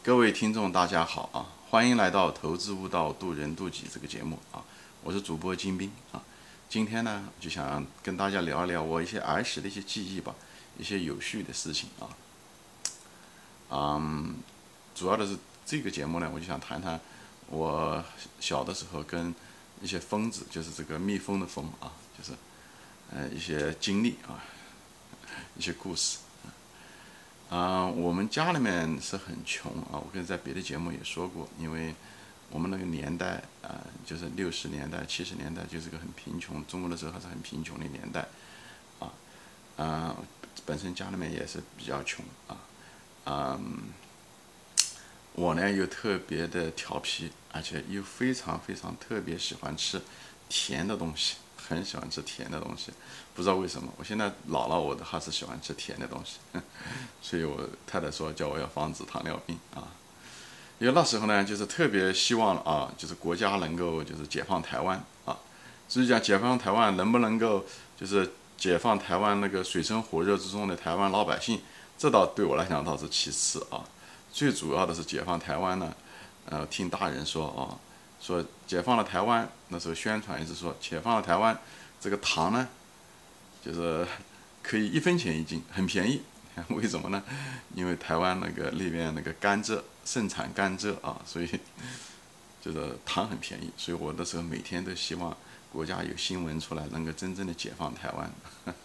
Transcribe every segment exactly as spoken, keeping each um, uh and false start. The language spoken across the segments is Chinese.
各位听众，大家好啊！欢迎来到《投资悟道，渡人渡己》这个节目啊！我是主播金兵啊。今天呢，就想跟大家聊一聊我一些儿时的一些记忆吧，一些有趣的事情啊。嗯，主要的是这个节目呢，我就想谈谈我小的时候跟一些蜂子，就是这个蜜蜂的蜂啊，就是呃一些经历啊，一些故事。啊、我们家里面是很穷啊，我跟在别的节目也说过，因为我们那个年代啊、就是六十年代、七十年代，就是个很贫穷，中国的时候还是很贫穷的年代啊，啊、本身家里面也是比较穷啊，嗯，我呢又特别的调皮，而且又非常非常特别喜欢吃甜的东西，很喜欢吃甜的东西，不知道为什么，我现在老了，我都还是喜欢吃甜的东西，所以我太太说叫我要防止糖尿病啊。因为那时候呢，就是特别希望啊，就是国家能够就是解放台湾啊。至于讲解放台湾能不能够就是解放台湾那个水深火热之中的台湾老百姓，这倒对我来讲倒是其次啊。最主要的是解放台湾呢，呃，听大人说啊，说解放了台湾，那时候宣传也是说解放了台湾，这个糖呢，就是可以一分钱一斤，很便宜。为什么呢？因为台湾那个那边那个甘蔗盛产甘蔗啊，所以就是糖很便宜。所以我那时候每天都希望国家有新闻出来，能够真正的解放台湾。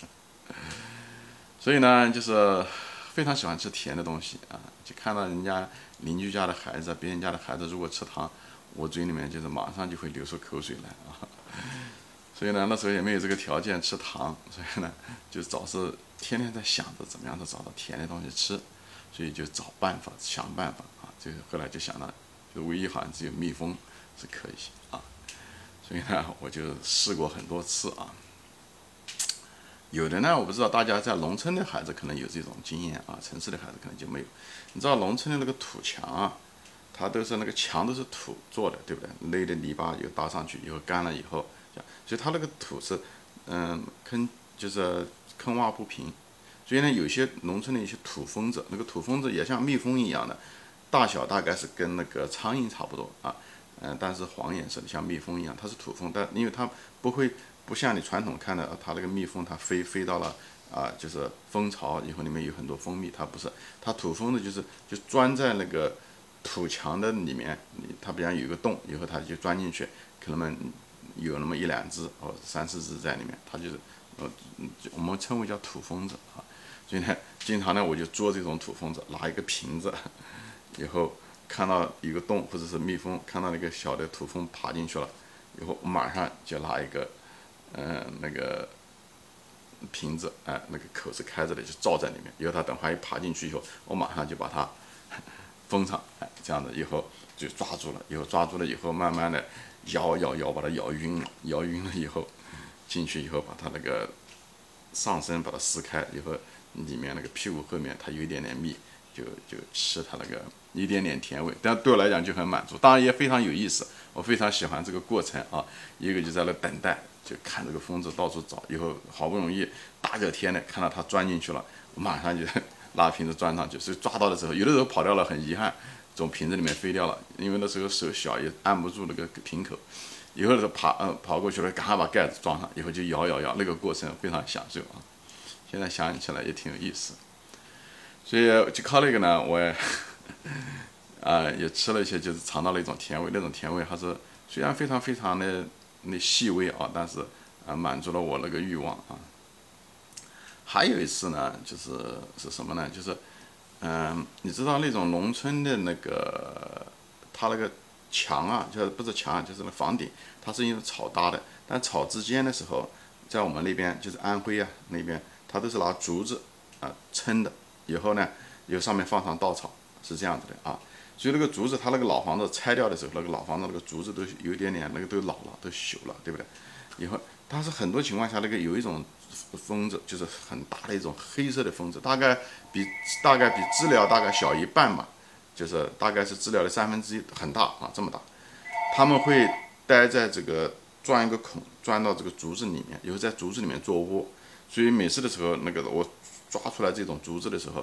所以呢，就是非常喜欢吃甜的东西啊，就看到人家邻居家的孩子，别人家的孩子如果吃糖，我嘴里面就是马上就会流出口水来啊。所以呢，那时候也没有这个条件吃糖，所以呢，就总是天天在想着怎么样子找到甜的东西吃，所以就找办法想办法啊。就后来就想到，就唯一好像只有蜜蜂是可以啊，所以呢，我就试过很多次啊。有的呢，我不知道大家在农村的孩子可能有这种经验啊，城市的孩子可能就没有。你知道农村的那个土墙啊，它都是那个墙都是土做的，对不对？垒的泥巴又搭上去，以后干了以后，所以它那个土是，嗯，坑就是坑洼不平。所以呢，有些农村的一些土蜂子，那个土蜂子也像蜜蜂一样的，大小大概是跟那个苍蝇差不多啊，嗯，但是黄颜色的，像蜜蜂一样，它是土蜂，但因为它不会不像你传统看的，它那个蜜蜂它飞飞到了啊，就是蜂巢以后里面有很多蜂蜜，它不是，它土蜂的就是就钻在那个土墙的里面，它比方有一个洞，以后它就钻进去，可能有那么一两只或三四只在里面，它就是呃我们称为叫土蜂子啊，所以呢，经常呢我就捉这种土蜂子，拿一个瓶子，以后看到一个洞或者是蜜蜂，看到那个小的土蜂爬进去了，以后马上就拿一个，嗯、呃、那个瓶子，哎、呃，那个口是开着的，就罩在里面。以后它等会一爬进去以后，我马上就把它封上，哎，这样子以后就抓住了。以后抓住了以后，慢慢的摇摇摇，把它摇晕了。摇晕了以后，进去以后把它那个上身把它撕开，以后里面那个屁股后面它有一点点蜜，就就吃它那个一点点甜味，但对我来讲就很满足，当然也非常有意思，我非常喜欢这个过程啊。一个就在那等待，就看这个蜂子到处找，以后好不容易大热天的看到它钻进去了，我马上就拿瓶子钻上去，所以抓到的时候，有的时候跑掉了很遗憾，从瓶子里面飞掉了，因为那时候手小也按不住那个瓶口。以后的爬呃跑过去了，赶快把盖子装上，以后就摇摇摇，那个过程非常享受啊。现在想起来也挺有意思，所以就靠那个呢，我也啊、呃、也吃了一些，就是尝到了一种甜味，那种甜味还是虽然非常非常的那细微啊，但是啊、呃、满足了我那个欲望啊。还有一次呢，就是是什么呢？就是嗯、呃，你知道那种农村的那个它那个墙啊，就不是墙啊，就是那房顶，它是用草搭的，但草之间的时候，在我们那边就是安徽啊那边，它都是拿竹子啊撑的，以后呢，由上面放上稻草，是这样子的啊。所以那个竹子，它那个老房子拆掉的时候，那个老房子那个竹子都有一点点，那个都老了，都朽了，对不对？以后，但是很多情况下，那个有一种蜂子，就是很大的一种黑色的蜂子，大概比大概比知了大概小一半吧，就是大概是知了的三分之一，很大啊，这么大。他们会待在这个钻一个孔，钻到这个竹子里面，以后在竹子里面做窝。所以每次的时候，那个我抓出来这种竹子的时候，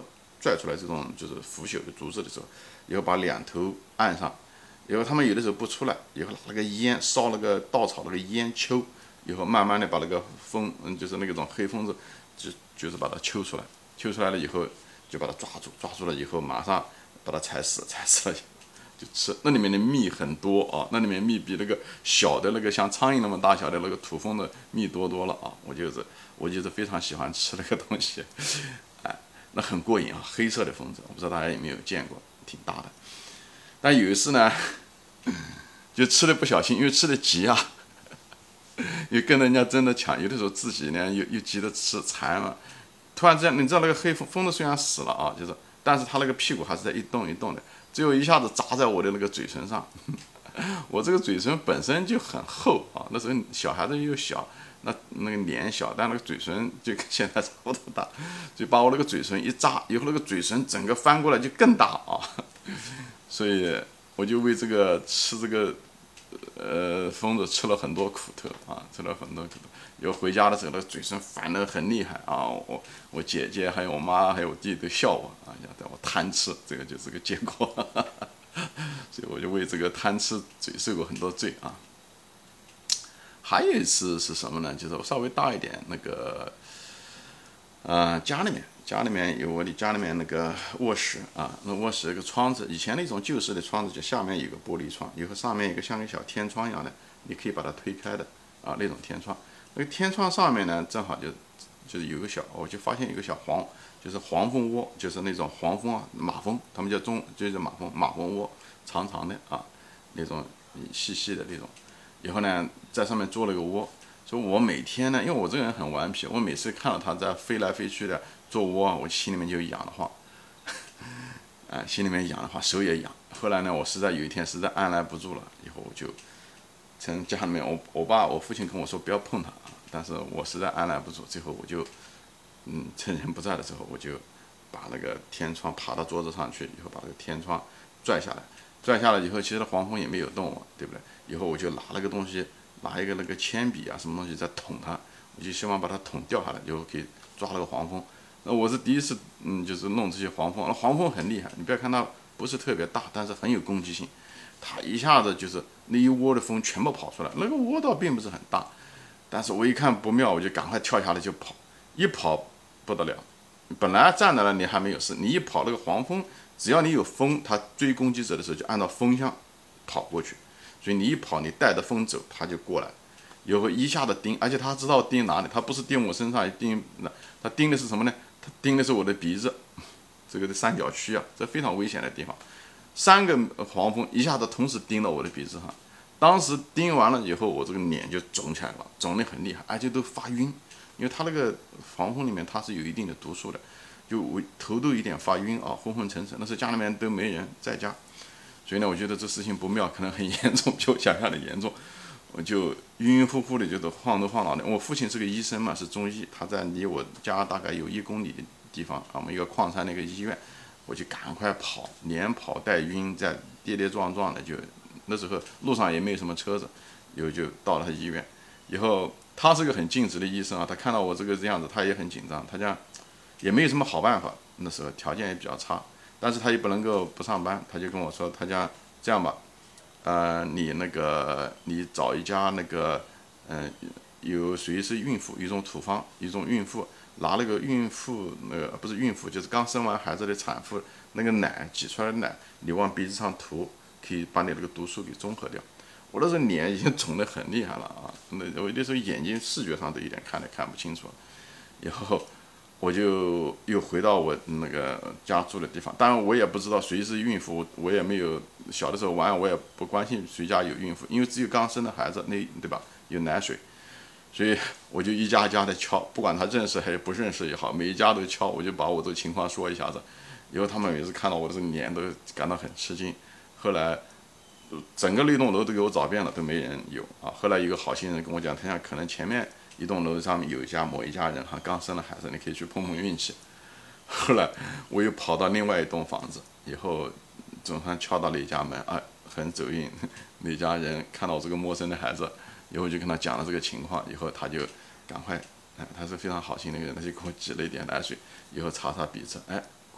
拽出来这种就是腐朽的竹子的时候，以后把两头按上，以后他们有的时候不出来，以后拿那个烟烧那个稻草那个烟抽，以后慢慢的把那个蜂，嗯，就是那种黑蜂子，就就是把它抽出来，抽出来了以后就把它抓住，抓住了以后马上把它踩死，踩死了就吃。那里面的蜜很多啊，那里面蜜比那个小的那个像苍蝇那么大小的那个土蜂的蜜多多了啊！我就是我就是非常喜欢吃那个东西，哎，那很过瘾啊，黑色的蜂子，我不知道大家有没有见过，挺大的。但有一次呢，就吃的不小心，因为吃的急啊，又跟人家争着抢，有的时候自己呢又又急着吃馋嘛，突然之间，你知道那个黑蜂蜂子虽然死了啊，就是，但是它那个屁股还是在一动一动的，最后一下子砸在我的那个嘴唇上，我这个嘴唇本身就很厚啊，那时候小孩子又小，那那个脸小，但那个嘴唇就跟现在差不多大，就把我那个嘴唇一扎，以后那个嘴唇整个翻过来就更大啊，所以我就为这个吃这个呃疯子吃了很多苦头啊，吃了很多苦头。有回家的时候，那个嘴唇反得很厉害啊！我我姐姐还有我妈还有我弟都笑我啊，叫我贪吃，这个就是个结果。所以我就为这个贪吃嘴受过很多罪啊。还有一次是什么呢？就是我稍微大一点，那个呃家里面家里面有我的家里面那个卧室啊，那卧室有个窗子，以前那种旧式的窗子，就下面有个玻璃窗，以后上面有个像个小天窗一样的，你可以把它推开的啊，那种天窗。那个天窗上面呢，正好就就是有个小，我就发现有个小黄，就是黄蜂窝，就是那种黄蜂啊，马蜂，他们叫中就是马蜂，马蜂窝，长长的啊，那种细细的那种。以后呢，在上面做了个窝，所以我每天呢，因为我这个人很顽皮，我每次看到它在飞来飞去的做窝，我心里面就痒得慌，啊，心里面痒的话，手也痒。后来呢，我实在有一天实在按耐不住了，以后我就从家里面，我我爸我父亲跟我说不要碰它，但是我实在按耐不住，最后我就，嗯，趁人不在的时候，我就把那个天窗爬到桌子上去，以后把那个天窗拽下来，拽下来以后，其实黄蜂也没有动我，对不对？以后我就拿那个东西，拿一个那个铅笔啊，什么东西在捅它，我就希望把它捅掉下来，就可以抓那个黄蜂。那我是第一次，嗯，就是弄这些黄蜂，那黄蜂很厉害，你不要看它不是特别大，但是很有攻击性。它一下子就是那一窝的蜂全部跑出来，那个窝倒并不是很大，但是我一看不妙，我就赶快跳下来就跑，一跑不得了，本来站在那你还没有事，你一跑那个黄蜂，只要你有风，它追攻击者的时候就按照风向跑过去，所以你一跑，你带着风走，它就过来，有个一下子盯，而且它知道盯哪里，它不是盯我身上，盯那它盯的是什么呢？它盯的是我的鼻子，这个的三角区啊，这非常危险的地方。三个黄蜂一下子同时叮到我的鼻子上，当时叮完了以后，我这个脸就肿起来了，肿得很厉害，而且都发晕，因为它那个黄蜂里面它是有一定的毒素的，就我头都有点发晕啊，昏昏沉沉。那时候家里面都没人在家，所以呢，我觉得这事情不妙，可能很严重，比我想象的严重。我就晕晕乎乎的，就是晃头晃脑的。我父亲是个医生嘛，是中医，他在离我家大概有一公里的地方啊，我们一个矿山的一个医院。我就赶快跑，连跑带晕，再跌跌撞撞的就，那时候路上也没有什么车子，以后就到了他医院。以后他是个很尽职的医生啊，他看到我这个这样子，他也很紧张，他讲也没有什么好办法，那时候条件也比较差，但是他也不能够不上班，他就跟我说，他讲这样吧，呃，你那个你找一家那个，呃，有谁是孕妇，一种土方，一种孕妇。拿那个孕妇那个不是孕妇，就是刚生完孩子的产妇那个奶挤出来的奶，你往鼻子上涂，可以把你那个毒素给中和掉。我那时候脸已经肿得很厉害了啊，那我那时候眼睛视觉上都有点看得看不清楚了。以后我就又回到我那个家住的地方，当然我也不知道谁是孕妇，我也没有小的时候玩，我也不关心谁家有孕妇，因为只有刚生的孩子，那对吧？有奶水。所以我就一家一家的敲，不管他认识还是不认识也好，每一家都敲，我就把我这个情况说一下子。以后他们每次看到我的这个脸都感到很吃惊。后来整个那栋楼都给我找遍了，都没人有啊。后来有个好心人跟我讲，他讲可能前面一栋楼上面有一家某一家人哈刚生了孩子，你可以去碰碰运气。后来我又跑到另外一栋房子，以后总算敲到了一家门，啊，很走运，那家人看到我这个陌生的孩子。以后就跟他讲了这个情况，以后他就赶快，哎，他是非常好心的一个人，他就给我挤了一点奶水，以后擦擦鼻子，哎，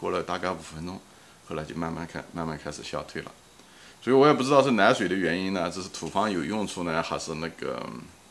过了大概五分钟，后来就慢慢开慢慢开始消退了。所以我也不知道是奶水的原因呢，这是土方有用处呢，还是那个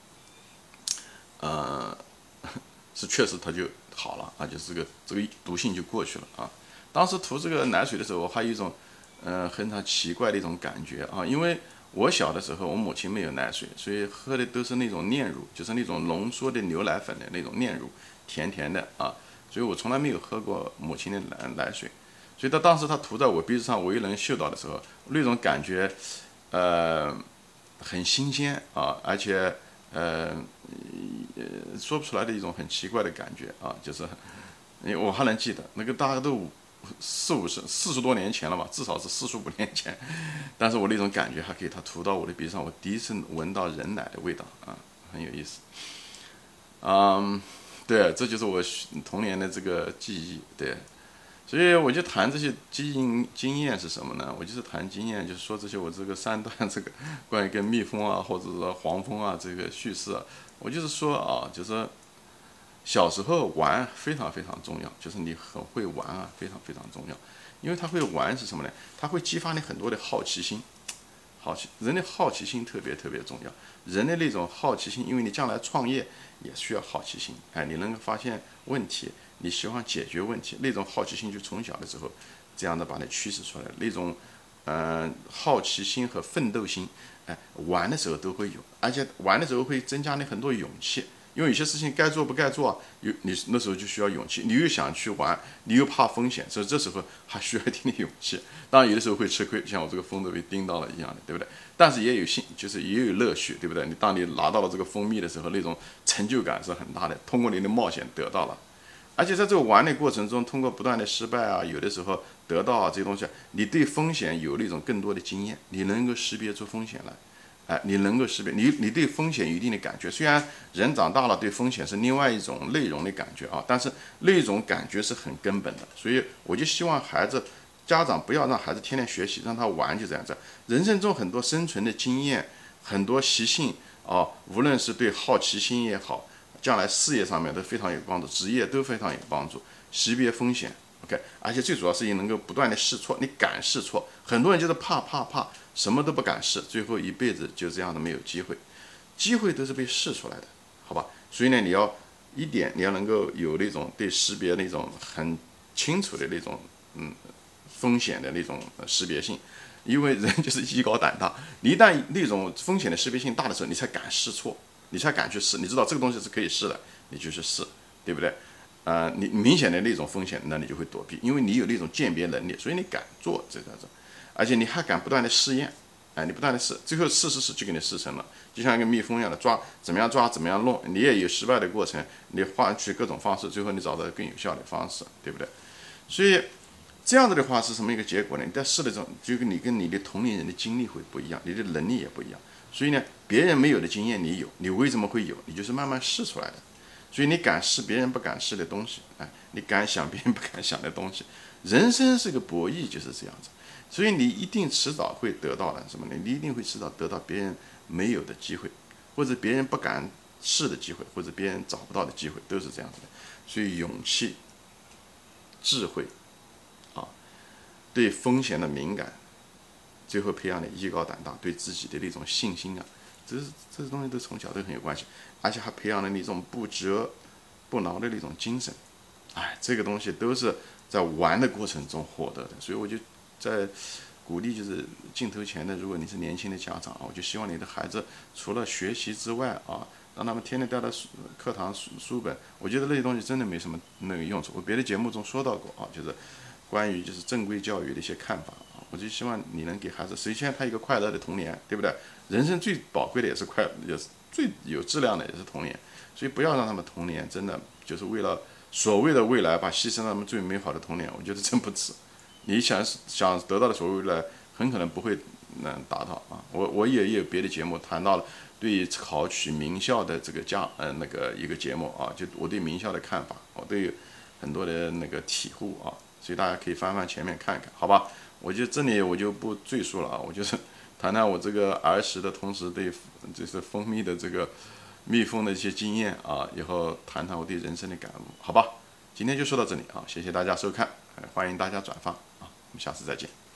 呃是确实它就好了啊，就是这个这个毒性就过去了啊。当时涂这个奶水的时候，我还有一种呃非常奇怪的一种感觉啊，因为我小的时候我母亲没有奶水，所以喝的都是那种炼乳，就是那种浓缩的牛奶粉的那种炼乳，甜甜的啊，所以我从来没有喝过母亲的奶奶水。所以他当时他涂在我鼻子上，我一能嗅到的时候，那种感觉，呃，很新鲜啊，而且呃，呃，说不出来的一种很奇怪的感觉啊，就是，因为我还能记得那个大概都五四五十四十多年前了吧，至少是四十五年前，但是我那种感觉还可以，他涂到我的鼻子上，我第一次闻到人奶的味道啊，很有意思。嗯，对，这就是我童年的这个记忆，对。所以我就谈这些经经验是什么呢？我就是谈经验，就是说这些我这个三段这个关于跟蜜蜂啊，或者说黄蜂啊这个叙事啊，我就是说啊，就是说小时候玩非常非常重要，就是你很会玩啊，非常非常重要，因为他会玩是什么呢？他会激发你很多的好奇心。好奇，人的好奇心特别特别重要。人的那种好奇心，因为你将来创业也需要好奇心。哎，你能够发现问题，你喜欢解决问题，那种好奇心就从小的时候这样的把你驱使出来。那种嗯、呃、好奇心和奋斗心，哎，玩的时候都会有，而且玩的时候会增加你很多勇气。因为有些事情该做不该做啊，有你那时候就需要勇气，你又想去玩，你又怕风险，所以这时候还需要一定的勇气。当然有的时候会吃亏，像我这个蜂都被叮到了一样的，对不对？但是也有幸，就是也有乐趣，对不对？你当你拿到了这个蜂蜜的时候，那种成就感是很大的，通过你的冒险得到了。而且在这个玩的过程中，通过不断的失败啊，有的时候得到啊这些东西，你对风险有那种更多的经验，你能够识别出风险来。哎，你能够识别，你你对风险有一定的感觉。虽然人长大了，对风险是另外一种内容的感觉啊，但是那种感觉是很根本的。所以我就希望孩子，家长不要让孩子天天学习，让他玩，就这样子。人生中很多生存的经验，很多习性啊，无论是对好奇心也好，将来事业上面都非常有帮助，职业都非常有帮助。识别风险。OK，而且最主要是你能够不断的试错，你敢试错。很多人就是怕怕怕，什么都不敢试，最后一辈子就这样的没有机会。机会都是被试出来的，好吧？所以呢，你要一点，你要能够有那种对识别那种很清楚的那种嗯风险的那种识别性，因为人就是艺高胆大，你一旦那种风险的识别性大的时候，你才敢试错，你才敢去试，你知道这个东西是可以试的，你就去试，对不对？呃，你明显的那种风险，那你就会躲避，因为你有那种鉴别能力，所以你敢做这个，而且你还敢不断的试验，哎，你不断的试，最后试试试就给你试成了，就像一个蜜蜂一样的抓，怎么样抓，怎么样弄，你也有失败的过程，你换取各种方式，最后你找到更有效的方式，对不对？所以这样子的话是什么一个结果呢？你在试的时候，就跟你跟你的同龄人的经历会不一样，你的能力也不一样，所以呢，别人没有的经验你有，你为什么会有？你就是慢慢试出来的。所以你敢试别人不敢试的东西，哎，你敢想别人不敢想的东西，人生是个博弈，就是这样子。所以你一定迟早会得到的什么呢？你一定会迟早得到别人没有的机会，或者别人不敢试的机会，或者别人找不到的机会，都是这样子的。所以勇气、智慧，啊，对风险的敏感，最后培养你艺高胆大，对自己的那种信心啊。这是这些东西都从小都很有关系，而且还培养了你一种不折不挠的那种精神，哎，这个东西都是在玩的过程中获得的，所以我就在鼓励，就是镜头前的，如果你是年轻的家长啊，我就希望你的孩子除了学习之外啊，让他们天天待在课堂书书本，我觉得那些东西真的没什么那个用处。我别的节目中说到过啊，就是关于就是正规教育的一些看法啊，我就希望你能给孩子，实现他一个快乐的童年，对不对？人生最宝贵的也是快，也是最有质量的也是童年，所以不要让他们童年真的就是为了所谓的未来，把牺牲他们最美好的童年，我觉得真不值。你想想得到的所谓未来，很可能不会能达到啊。我我也有别的节目谈到了对于考取名校的这个价呃那个一个节目啊，就我对名校的看法，我都有很多的那个体悟啊，所以大家可以翻翻前面看看，好吧？我就这里我就不赘述了啊，我就是谈谈我这个儿时的同时对就是蜂蜜的这个蜜蜂的一些经验啊，以后谈谈我对人生的感悟，好吧？今天就说到这里啊，谢谢大家收看。 欢迎大家转发啊，我们下次再见。